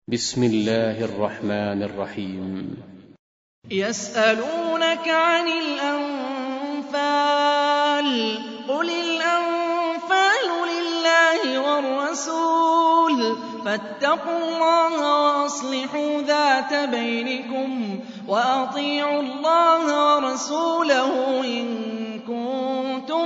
بسم الله الرحمن الرحيم. يسألونك عن الأنفال قل الأنفال لله والرسول فاتقوا الله وأصلحوا ذات بينكم وأطيعوا الله ورسوله إن كنتم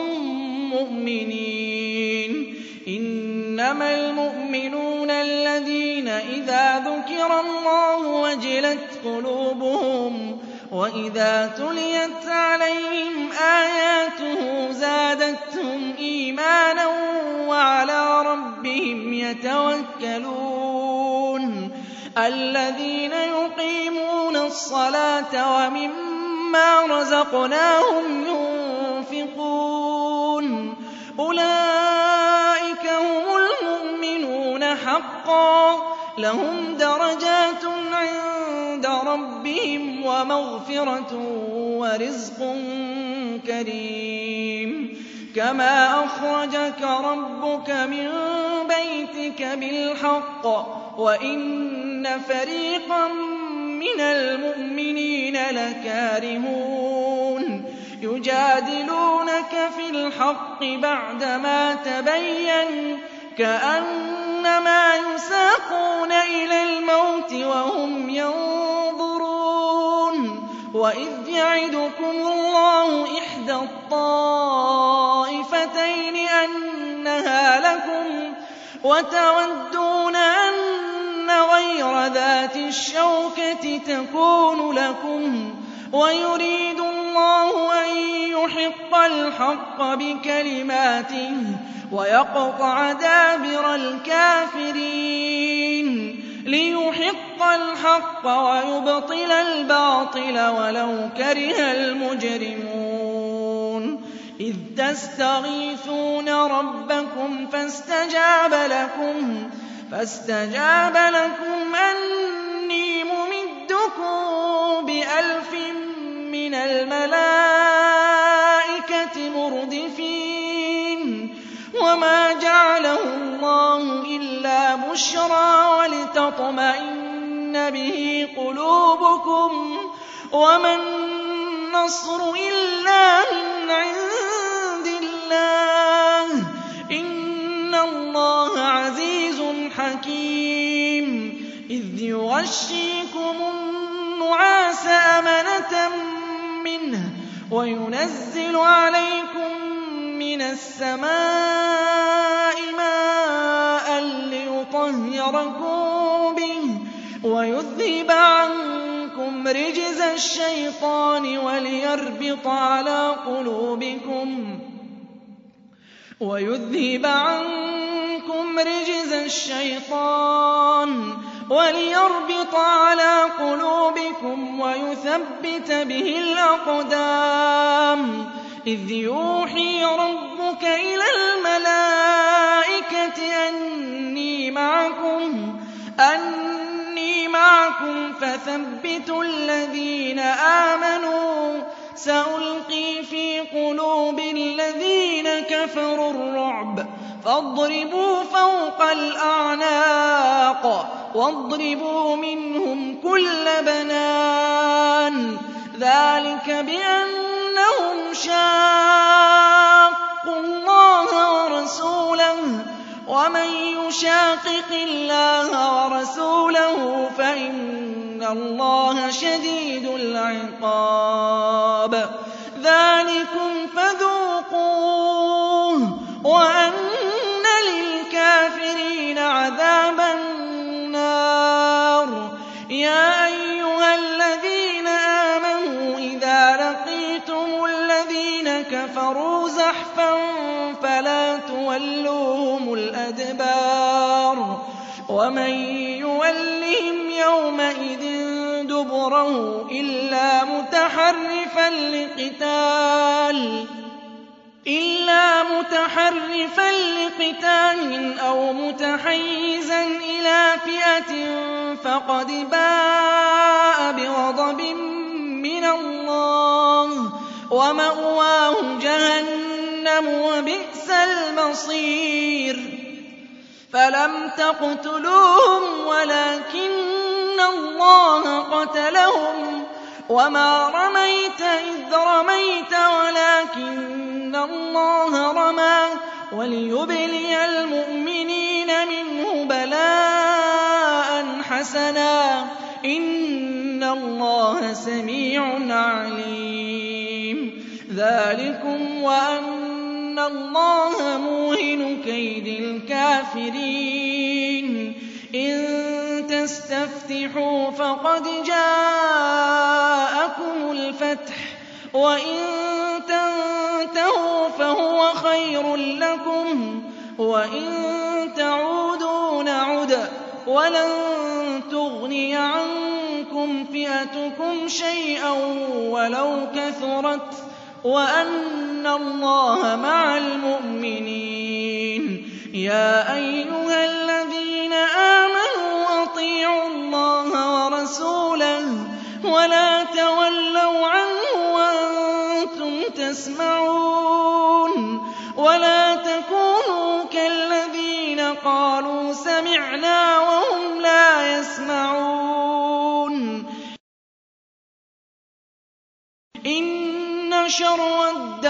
مؤمنين. إنما المؤمنون الذين إذا ذكر الله وجلت قلوبهم وإذا تليت عليهم آياته زادتهم إيمانا وعلى ربهم يتوكلون. الذين يقيمون الصلاة ومما رزقناهم ينفقون أولئك هم المؤمنون حقا لهم درجات عند ربهم ومغفرة ورزق كريم. كما أخرجك ربك من بيتك بالحق وإن فريقا من المؤمنين لكارهون يجادلونك في الحق بعدما تبين كأنما يساقون إلى الموت وهم ينظرون. وإذ يعدكم الله إحدى الطائفتين أنها لكم وتودون أن غير ذات الشوكة تكون لكم ويريد الله أن يحق الحق بكلماته ويقطع دابر الكافرين ليحق الحق ويبطل الباطل ولو كره المجرمون. إذ تستغيثون ربكم فاستجاب لكم أني ممدكم ب1000 من الملائكة مردفين. وما جعله الله إلا بشرى ولتطمئن به قلوبكم وما النصر إلا من عند الله إن الله عزيز حكيم. إذ يغشيكم النعاس أمنة منه وينزل عليكم من السماء ماء ليطهركم به ويذهب عنكم رجز الشيطان وليربط على قلوبكم ويثبت به الأقدام. إذ يوحي ربك إلى الملائكة أني معكم فثبتوا الذين آمنوا سألقي في قلوب الذين كفروا الرعب فاضربوا فوق الأعناق واضربوا منهم كل بنان. ذلك بأنهم شاقوا الله ورسوله ومن يشاقق الله ورسوله فإن الله شديد العقاب. ذلكم فذوقوه وأن للكافرين عذاب النار. يا أيها الذين آمنوا إذا لقيتم الذين كفروا زحفا فلا تولوهم الأدبار. ومن يولهم يومئذ دبره إلا متحرفا لقتال أو متحيزا إلى فئة فقد باء بغضب من الله ومأواه جهنم وبئس المصير. فلم تقتلوهم ولكن قَاتَلَهُمْ وَمَا رَمَيْتَ إِذْ رَمَيْتَ وَلَٰكِنَّ اللَّهَ رَمَىٰ وَلِيُبْلِيَ الْمُؤْمِنِينَ مِنْهُ بَلَاءً حَسَنًا ۚ إِنَّ اللَّهَ سَمِيعٌ عَلِيمٌ. ذَٰلِكُمْ وَأَنَّ اللَّهَ مُوهِنُ كَيْدِ الْكَافِرِينَ. إِن تَسْتَفْتِحُوا فَقَدْ جَاءَكُمُ الْفَتْحُ وَإِن تَنتَهُوا فَهُوَ خَيْرٌ لَّكُمْ وَإِن تَعُودُوا نَعُدْ وَلَن تُغْنِيَ عَنكُمْ فِئَتُكُمْ شَيْئًا وَلَوْ كَثُرَتْ وَأَنَّ اللَّهَ مَعَ الْمُؤْمِنِينَ. يَا أَيُّهَا الَّذِينَ آمَنُوا أَطِيعُوا اللَّهَ وَرَسُولَهُ وَلَا تَوَلَّوْا عَنْهُ وَأَنتُمْ تَسْمَعُونَ. وَلَا تَكُونُوا كَالَّذِينَ قَالُوا سَمِعْنَا وَهُمْ لَا يَسْمَعُونَ. إِنَّ شَرَّ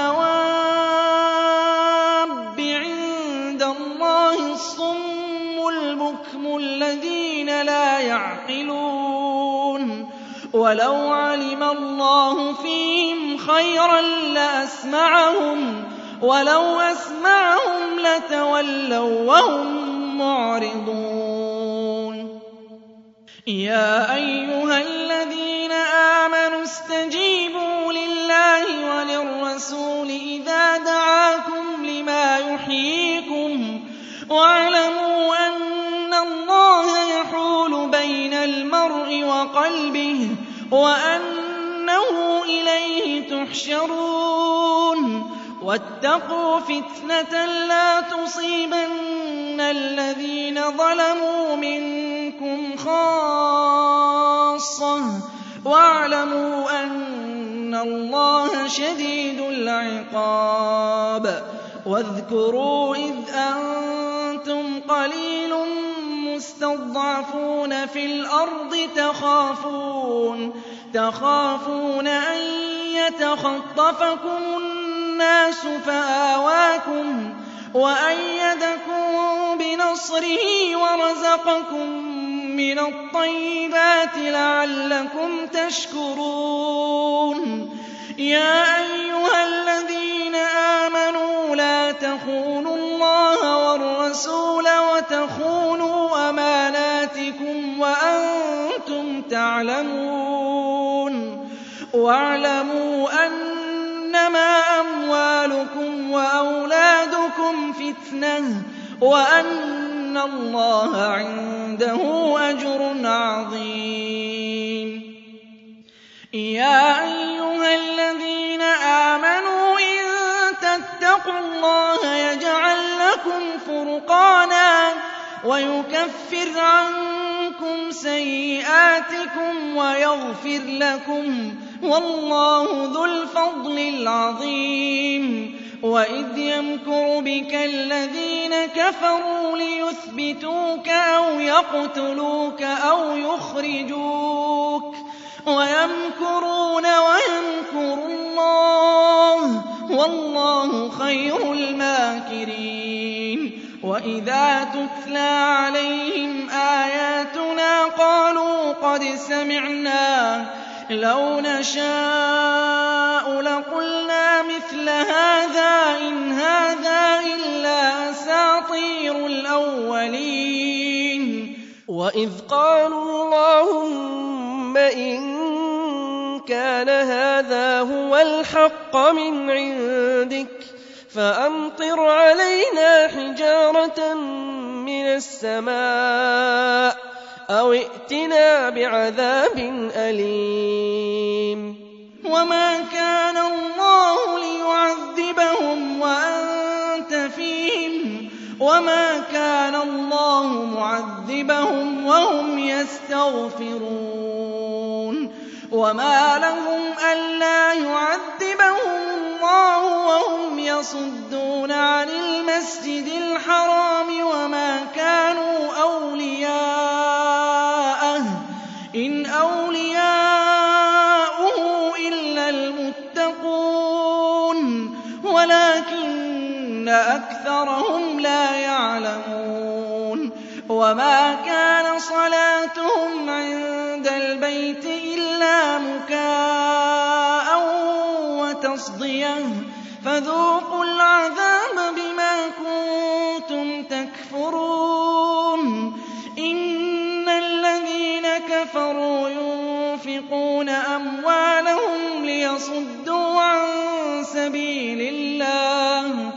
الدَّوَابِّ عِندَ اللَّهِ الصُّمُّ الْبُكْمُ الَّذِينَ لَا يَعْقِلُونَ. وَلَوْ عَلِمَ اللَّهُ فِيهِمْ خَيْرًا لَّأَسْمَعَهُمْ وَلَوْ أَسْمَعَهُمْ لَتَوَلَّوا وَّهُم مُّعْرِضُونَ. يَا أَيُّهَا الَّذِينَ آمَنُوا اسْتَجِيبُوا لِلَّهِ وَلِلرَّسُولِ إِذَا دَعَاكُمْ لِمَا يُحْيِيكُمْ وَاعْلَمُوا أَنَّ اللَّهَ يَحُولُ بَيْنَ الْمَرْءِ وَقَلْبِهِ وَأَنَّهُ إِلَيْهِ تُحْشَرُونَ. وَاتَّقُوا فِتْنَةً لَّا تُصِيبَنَّ الَّذِينَ ظَلَمُوا مِنكُمْ خَاصَّةً وَاعْلَمُوا أَنَّ اللَّهَ شَدِيدُ الْعِقَابِ. وَاذْكُرُوا إِذْ أَنتُمْ قَلِيلٌ مُّسْتَضْعَفُونَ فِي الْأَرْضِ تَخَافُونَ أَن يَتَخَطَّفَكُمُ النَّاسُ فَآوَاكُمْ وَأَيَّدَكُم بِنَصْرِهِ وَرَزَقَكُم مِّنَ الطَّيِّبَاتِ لَعَلَّكُمْ تَشْكُرُونَ. يَا أَيُّهَا الَّذِينَ آمَنُوا لَا تَخُونُوا اللَّهَ وَالرَّسُولَ وَتَخُونُوا أَمَانَاتِكُمْ وَأَنتُمْ تَعْلَمُونَ. وَاعْلَمُوا أَنَّمَا أَمْوَالُكُمْ وَأَوْلَادُكُمْ فِتْنَةٌ وَأَنَّ اللَّهَ عِندَهُ أَجْرٌ عَظِيمٌ. يَا أَيُّهَا الَّذِينَ آمَنُوا إِن تَتَّقُوا اللَّهَ يَجْعَل لَّكُمْ فُرْقَانًا وَيُكَفِّرْ عَنكُمْ سَيِّئَاتِكُمْ وَيَغْفِرْ لَكُمْ ۗ وَاللَّهُ ذُو الْفَضْلِ الْعَظِيمِ. وَإِذْ يَمْكُرُ بِكَ الَّذِينَ كَفَرُوا لِيُثْبِتُوكَ أَوْ يَقْتُلُوكَ أَوْ يُخْرِجُوكَ وَيَمْكُرُونَ وَيَمْكُرُ اللَّهُ وَاللَّهُ خَيْرُ الْمَاكِرِينَ. وَإِذَا تُتْلَىٰ عَلَيْهِمْ آيَاتُنَا قَالُوا قَدْ سَمِعْنَا لَوْ نَشَاءُ لَقُلْنَا مِثْلَ هَٰذَا إِنْ هَٰذَا إِلَّا أَسَاطِيرُ الْأَوَّلِينَ. وَإِذْ قَالُوا اللَّهُمَّ إِن كَانَ هَٰذَا هُوَ الْحَقَّ مِنْ عِندِكَ فَأَمْطِرْ عَلَيْنَا حِجَارَةً مِّنَ السَّمَاءِ أَوِ ائْتِنَا بِعَذَابٍ أَلِيمٍ. وَمَا كَانَ اللَّهُ لِيُعَذِّبَهُمْ وَأَنتَ فِيهِمْ وَمَا كَانَ اللَّهُ مُعَذِّبَهُمْ وَهُمْ يَسْتَغْفِرُونَ. وَمَا لَهُمْ أَلَّا يُعَذِّبَهُمُ اللَّهُ وَهُمْ يَصُدُّونَ عَنِ الْمَسْجِدِ الْحَرَامِ وَمَا كَانُوا أَوْلِيَاءَهُ إِنْ أَوْلِيَاؤُهُ أَكْثَرَهُمْ لَا يَعْلَمُونَ وَمَا كَانَ صَلَاتُهُمْ عِندَ الْبَيْتِ إِلَّا مُكَاءً وَتَصْدِيَةً فَذُوقُوا الْعَذَابَ بِمَا كُنتُمْ تَكْفُرُونَ إِنَّ الَّذِينَ كَفَرُوا يُنفِقُونَ أَمْوَالَهُمْ لِيَصُدُّوا عَن سَبِيلِ اللَّهِ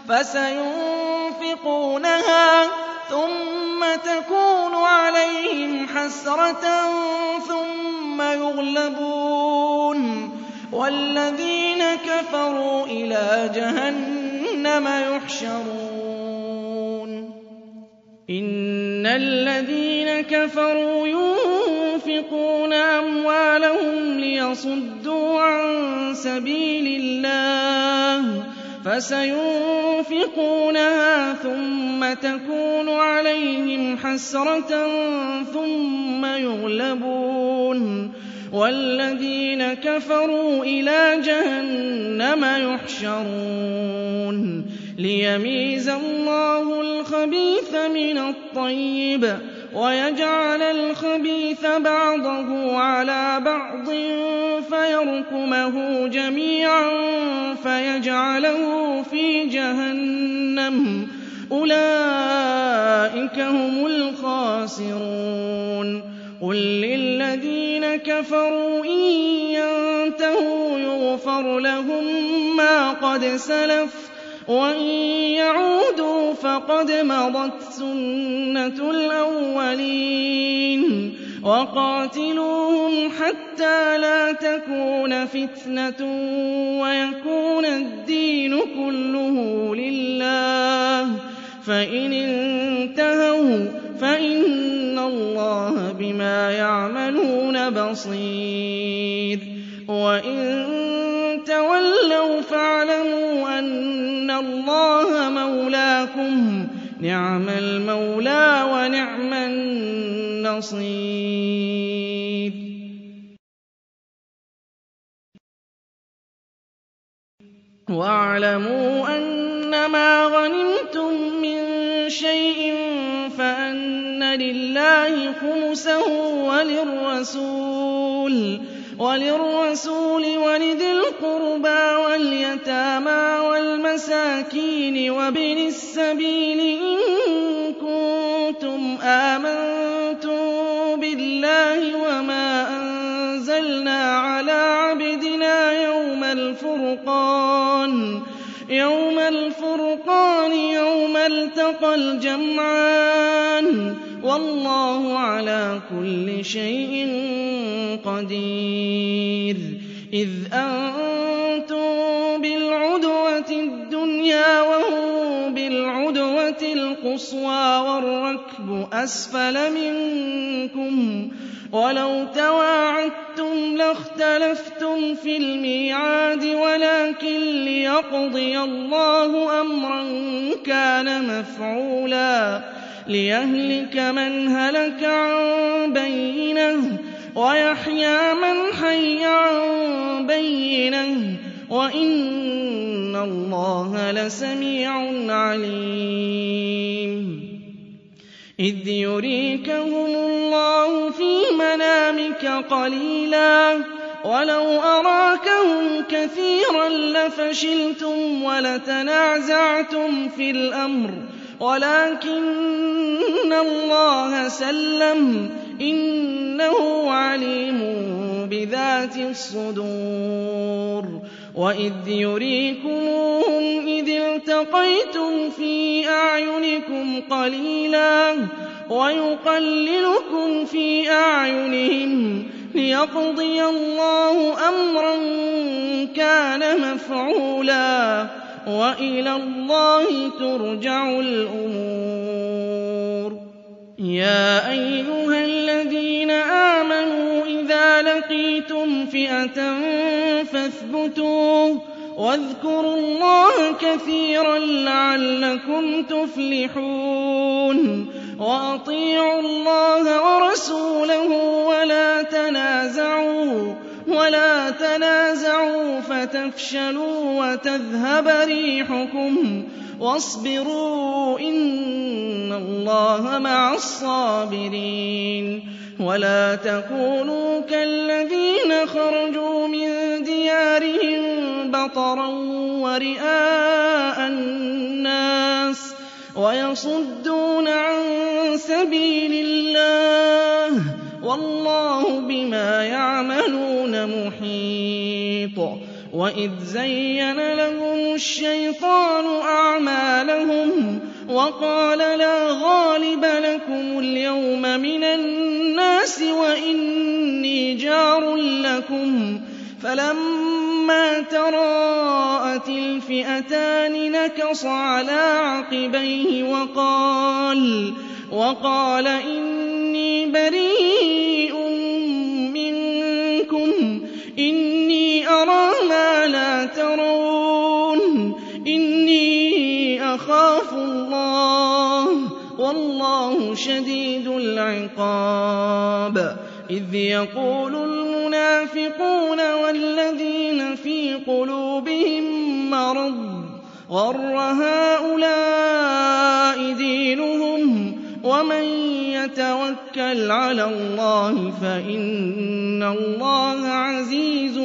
فَسَيُنفِقُونَهَا ثُمَّ تَكُونُ عَلَيْهِمْ حَسْرَةً ثُمَّ يُغْلَبُونَ وَالَّذِينَ كَفَرُوا إِلَىٰ جَهَنَّمَ يُحْشَرُونَ إِنَّ الَّذِينَ كَفَرُوا يُنفِقُونَ أَمْوَالَهُمْ لِيَصُدُّوا عَن سَبِيلِ اللَّهِ فَسَيُنفِقُونَهَا ثُمَّ تَكُونُ عَلَيْهِمْ حَسْرَةً ثُمَّ يُغْلَبُونَ وَالَّذِينَ كَفَرُوا إِلَىٰ جَهَنَّمَ يُحْشَرُونَ لِيَمِيزَ اللَّهُ الْخَبِيثَ مِنَ الطَّيِّبِ وَيَجْعَلَ الْخَبِيثَ بَعْضَهُ عَلَىٰ بَعْضٍ فَيَرْكُمَهُ جَمِيعًا فَيَجْعَلَهُ فِي جَهَنَّمَ ۚ أُولَٰئِكَ هُمُ الْخَاسِرُونَ قُل لِّلَّذِينَ كَفَرُوا إِن يَنتَهُوا يُغْفَرْ لَهُم مَّا قَدْ سَلَفَ وَإِن يَعُودُوا فَقَدْ مَضَتْ سُنَّةُ الْأَوَّلِينَ وَقَاتِلُوهُمْ حَتَّىٰ لَا تَكُونَ فِتْنَةٌ وَيَكُونَ الدِّينُ كُلُّهُ لِلَّهِ فَإِنِ انتَهَوْا فَإِنَّ اللَّهَ بِمَا يَعْمَلُونَ بَصِيرٌ وَإِن تَوَلَّوْا فَاعْلَمُوا أَنَّ اللَّهَ مَوْلَاكُمْ ۚ نِعْمَ الْمَوْلَىٰ وَنِعْمَ النَّصِيرُ وَاعْلَمُوا أَنَّمَا غَنِمْتُم مِّن شَيْءٍ فَأَنَّ لِلَّهِ خُمُسَهُ وَلِلرَّسُولِ وَلِذِي الْقُرْبَىٰ وَالْيَتَامَىٰ وَالْمَسَاكِينِ وَابْنِ السَّبِيلِ إِن كُنتُمْ آمَنتُم بِاللَّهِ وَمَا أَنزَلْنَا عَلَىٰ عَبْدِنَا يَوْمَ الْفُرْقَانِ يَوْمَ الْتَقَى الْجَمْعَانِ ۗ وَاللَّهُ عَلَىٰ كُلِّ شَيْءٍ قَدِيرٌ إِذْ أَنتُم بِالْعُدْوَةِ الدُّنْيَا وَهُم بِالْعُدْوَةِ الْقُصْوَىٰ وَالرَّكْبُ أَسْفَلَ مِنكُمْ ۚ وَلَوْ تَوَاعَدتُّمْ لَاخْتَلَفْتُمْ فِي الْمِيعَادِ وَلَٰكِن لِّيَقْضِيَ اللَّهُ أَمْرًا كَانَ مَفْعُولًا لِيَهْلِكَ مَنْ هَلَكَ عَن بَيِّنَةٍ وَيَحْيَىٰ مَنْ حَيَّ عَن بَيِّنَةٍ وَإِنَّ اللَّهَ لَسَمِيعٌ عَلِيمٌ إِذْ يُرِيكَهُمُ اللَّهُ فِي مَنَامِكَ قَلِيلًا وَلَوْ أَرَاكَهُمْ كَثِيرًا لَّفَشِلْتُمْ وَلَتَنَازَعْتُمْ فِي الْأَمْرِ وَلَٰكِنَّ اللَّهَ سَلَّمَ ۗ إِنَّهُ عَلِيمٌ بِذَاتِ الصُّدُورِ وَإِذْ يُرِيكُمُوهُمْ إِذِ الْتَقَيْتُمْ فِي أَعْيُنِكُمْ قَلِيلًا وَيُقَلِّلُكُمْ فِي أَعْيُنِهِمْ لِيَقْضِيَ اللَّهُ أَمْرًا كَانَ مَفْعُولًا وَإِلَى اللَّهِ تُرْجَعُ الْأُمُورُ يَا أَيُّهَا الَّذِينَ آمَنُوا إِذَا لَقِيتُمْ فِئَةً فَاثْبُتُوا وَاذْكُرُوا اللَّهَ كَثِيرًا لَّعَلَّكُمْ تُفْلِحُونَ وَأَطِيعُوا اللَّهَ وَرَسُولَهُ وَلَا تَنَازَعُوا فَتَفْشَلُوا وَتَذْهَبَ رِيحُكُمْ وَاصْبِرُوا إِنَّ اللَّهَ مَعَ الصَّابِرِينَ وَلَا تَكُونُوا كَالَّذِينَ خَرَجُوا مِن دِيَارِهِم بَطَرًا وَرِئَاءَ النَّاسِ وَيَصُدُّونَ عَن سَبِيلِ اللَّهِ وَاللَّهُ بِمَا يَعْمَلُونَ مُحِيطٌ وَإِذْ زَيَّنَ لَهُمُ الشَّيْطَانُ أَعْمَالَهُمْ وَقَالَ لَا غَالِبَ لَكُمُ الْيَوْمَ مِنَ النَّاسِ وَإِنِّي جَارٌ لَّكُمْ فَلَمَّا تَرَاءَتِ الْفِئَتَانِ نَكَصَ عَلَىٰ عَقِبَيْهِ وَقَالَ إِنِّي بَرِيءٌ مِّنكُمْ إِنِّي أَرَىٰ مَا لَا تَرَوْنَ إِنِّي أَخَافُ اللَّهَ وَاللَّهُ شَدِيدُ الْعِقَابِ إِذْ يَقُولُ الْمُنَافِقُونَ وَالَّذِينَ فِي قُلُوبِهِم مَّرَضٌ غَرَّ هَٰؤُلَاءِ دِينُهُمْ وَمَن يَتَوَكَّلْ عَلَى اللَّهِ فَإِنَّ اللَّهَ عَزِيزٌ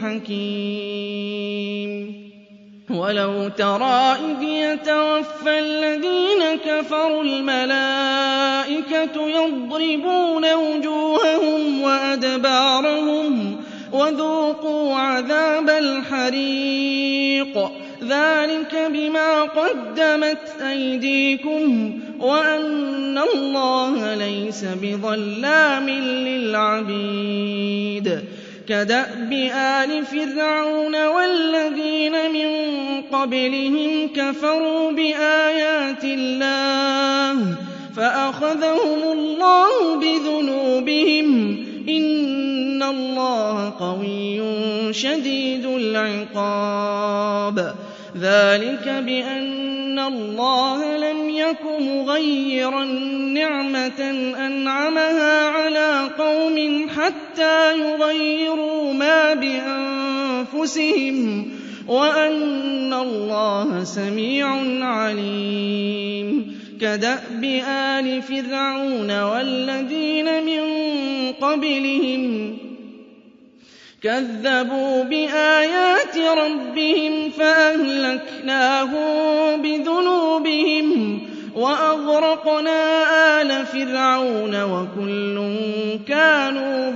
حَكِيمٌ وَلَوْ تَرَىٰ إِذْ يَتَوَفَّى الَّذِينَ كَفَرُوا الْمَلَائِكَةُ يَضْرِبُونَ وُجُوهَهُمْ وَأَدْبَارَهُمْ وَذُوقُوا عَذَابَ الْحَرِيقِ ذَٰلِكَ بِمَا قَدَّمَتْ أَيْدِيكُمْ وَأَنَّ اللَّهَ لَيْسَ بِظَلَّامٍ لِّلْعَبِيدِ كَدَأْبِ آلِ فِرْعَوْنَ وَالَّذِينَ مِن قَبْلِهِمْ كَفَرُوا بِآيَاتِ اللَّهِ فَأَخَذَهُمُ اللَّهُ بِذُنُوبِهِمْ إِنَّ اللَّهَ قَوِيٌّ شَدِيدُ الْعِقَابِ ذَٰلِكَ بِأَنَّ اللَّهَ لَمْ يَكُ مُغَيِّرًا نِّعْمَةً أَنْعَمَهَا عَلَىٰ قَوْمٍ حَتَّىٰ يُغَيِّرُوا مَا بِأَنفُسِهِمْ وَأَنَّ اللَّهَ سَمِيعٌ عَلِيمٌ كَدَأْبِ آلِ فِرْعَوْنَ وَالَّذِينَ مِن قَبْلِهِمْ كَذَّبُوا بِآيَاتِ رَبِّهِمْ فَأَهْلَكْنَاهُم بِذُنُوبِهِمْ وَأَغْرَقْنَا آلَ فِرْعَوْنَ وَكُلٌّ كَانُوا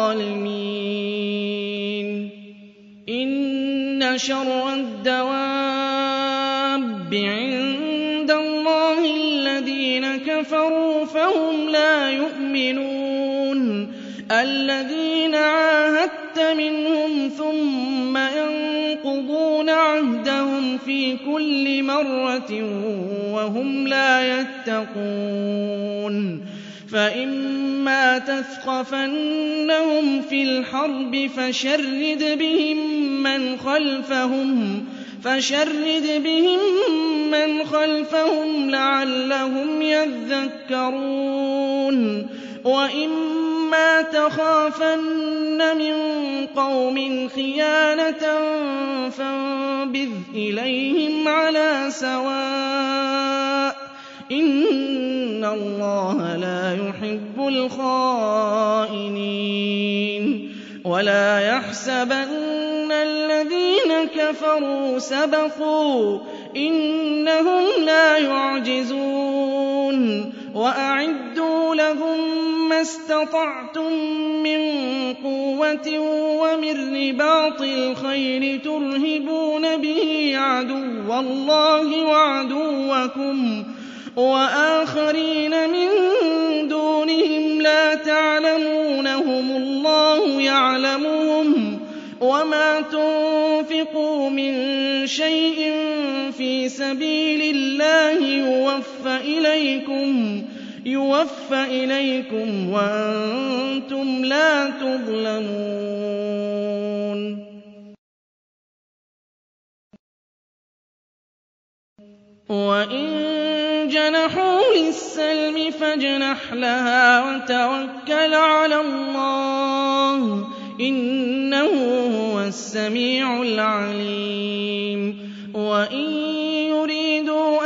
ظَالِمِينَ إِنَّ شَرَّ الدَّوَابِّ عِندَ اللَّهِ الَّذِينَ كَفَرُوا فَهُمْ لَا يُؤْمِنُونَ الَّذِينَ عَاهَدتَّ مِنْهُمْ ثُمَّ يَنقُضُونَ عَهْدَهُمْ فِي كُلِّ مَرَّةٍ وَهُمْ لَا يَتَّقُونَ فَإِمَّا تَثْقَفَنَّهُمْ فِي الْحَرْبِ فَشَرِّدْ بِهِم مَّنْ خَلْفَهُمْ لَعَلَّهُمْ يَذَّكَّرُونَ وَإِمَّا تَخَافَنَّ مِن قَوْمٍ خِيَانَةً فَانبِذْ إِلَيْهِمْ عَلَىٰ سَوَاءٍ ۚ إِنَّ اللَّهَ لَا يُحِبُّ الْخَائِنِينَ وَلَا يَحْسَبَنَّ الَّذِينَ كَفَرُوا سَبَقُوا ۚ إِنَّهُمْ لَا يُعْجِزُونَ وَأَعِدُّوا لَهُم مَّا اسْتَطَعْتُم مِّن قُوَّةٍ وَمِن رِّبَاطِ الْخَيْلِ تُرْهِبُونَ بِهِ عَدُوَّ اللَّهِ وَعَدُوَّكُمْ وَآخَرِينَ مِن دُونِهِمْ لَا تَعْلَمُونَهُمُ اللَّهُ يَعْلَمُهُمْ ۚ وَمَا تُنفِقُوا مِن شَيْءٍ فِي سَبِيلِ اللَّهِ يُوَفَّ إِلَيْكُمْ وَأَنتُمْ لَا تُظْلَمُونَ وَإِن جَنَحُوا لِلسَّلْمِ فَاجْنَحْ لَهَا وَتَوَكَّلْ عَلَى اللَّهِ ۚ إِنَّهُ هُوَ السَّمِيعُ الْعَلِيمُ وَإِن يُرِيدُوا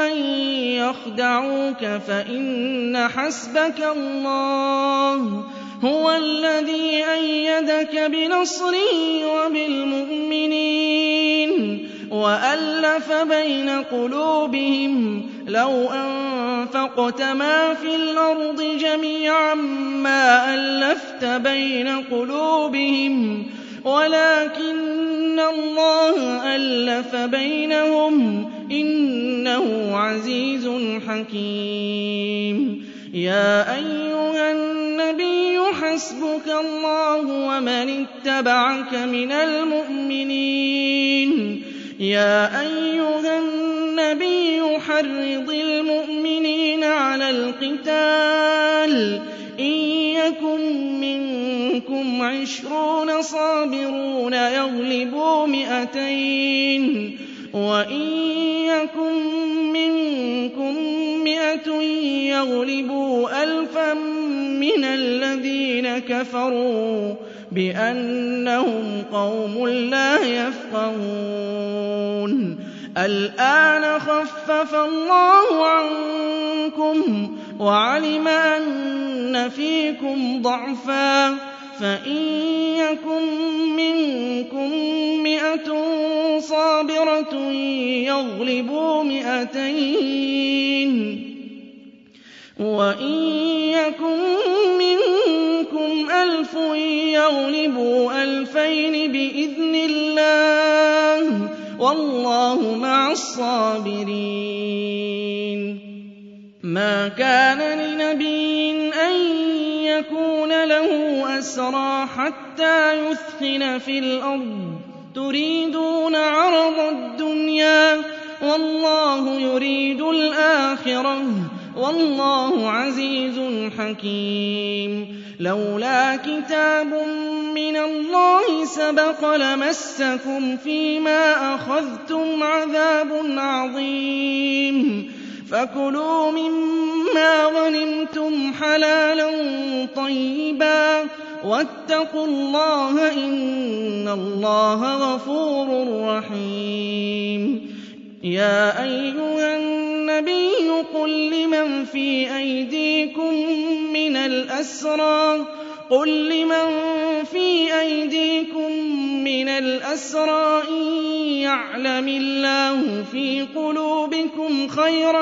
يخدعوك فإن حسبك الله هو الذي أيدك بنصره وبالمؤمنين وألف بين قلوبهم لو أنفقت ما في الأرض جميعا ما ألفت بين قلوبهم ولكن الله ألف بينهم إنه عزيز حكيم. يا أيها النبي حسبك الله ومن اتبعك من المؤمنين. يا أيها النبي حرض المؤمنين على القتال إن يكن منكم 20 صابرون يغلبوا 200 وإن يكن منكم 100 يغلبوا 1000 من الذين كفروا بأنهم قوم لا يفقهون. الآن خفف الله عنكم وعلم أن فيكم ضعفا فإن يكن منكم 100 صابرة يغلبوا 200 وإن يكن منكم 1000 يغلبوا 2000 بإذن الله والله مع الصابرين. ما كان لنبي أن يكون له أسرى حتى يثخن في الأرض تريدون عرض الدنيا والله يريد الآخرة والله عزيز حكيم. لولا كتاب من الله سبق لمسكم فيما أخذتم عذاب عظيم فكلوا مما غنمتم حلالا طيبا واتقوا الله إن الله غفور رحيم. يا أيها النبي قل لمن في أيديكم من الأسرى إن يعلم الله في قلوبكم خيرا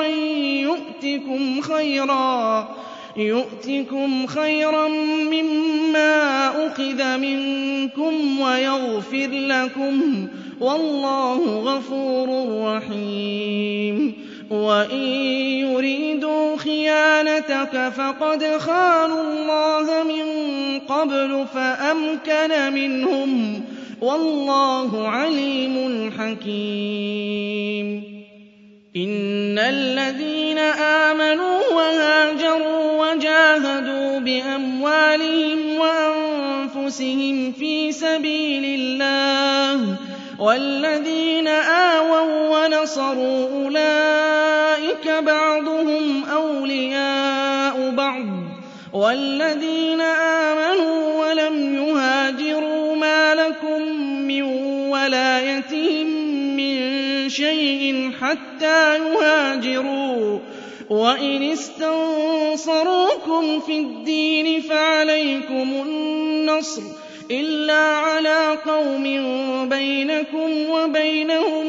يؤتكم خيرا مما أخذ منكم ويغفر لكم والله غفور رحيم. وإن يريدوا خيانتك فقد خانوا الله من قبل فأمكن منهم والله عليم حكيم. إن الذين آمنوا وهاجروا وجاهدوا بأموالهم وأنفسهم في سبيل الله والذين آووا ونصروا أولئك بعضهم أولياء بعض والذين آمنوا ولم يهاجروا ما لكم من ولايتهم من شيء حتى يهاجروا وإن استنصروكم في الدين فعليكم النصر إلا على قوم بينكم وبينهم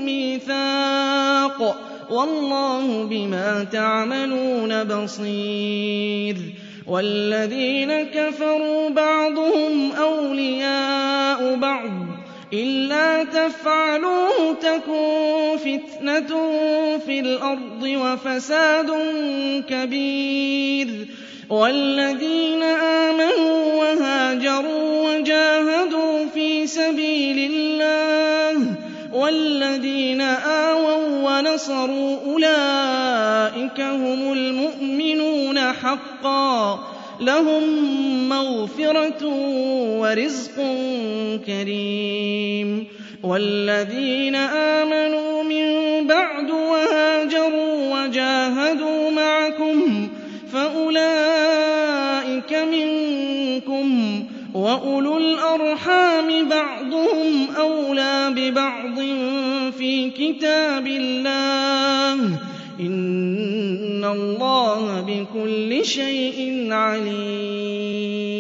ميثاق والله بما تعملون بصير. والذين كفروا بعضهم أولياء بعض إلا تفعلوه تكن فتنة في الأرض وفساد كبير. والذين آمنوا وهاجروا وجاهدوا في سبيل الله والذين آووا ونصروا أولئك هم المؤمنون حقا لهم مغفرة ورزق كريم. والذين آمنوا من بعد وهاجروا وجاهدوا معكم فأولئك منكم وأولو الأرحام بعضهم أولى ببعض في كتاب الله إن اللَّهَ بِكُلِّ شَيْءٍ عَلِيمٌ